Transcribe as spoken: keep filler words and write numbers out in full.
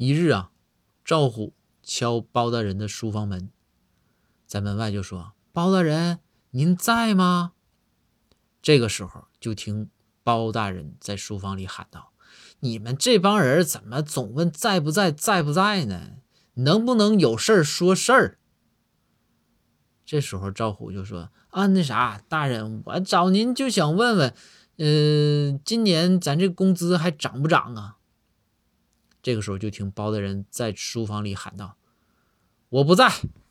一日啊，赵虎敲包大人的书房门，在门外就说：“包大人，您在吗？”这个时候就听包大人在书房里喊道：“你们这帮人怎么总问在不在，在不在呢？能不能有事儿说事儿？”这时候赵虎就说：“啊，那啥，大人，我找您就想问问，呃，今年咱这工资还涨不涨啊？”这个时候就听包大人在书房里喊道：“我不在，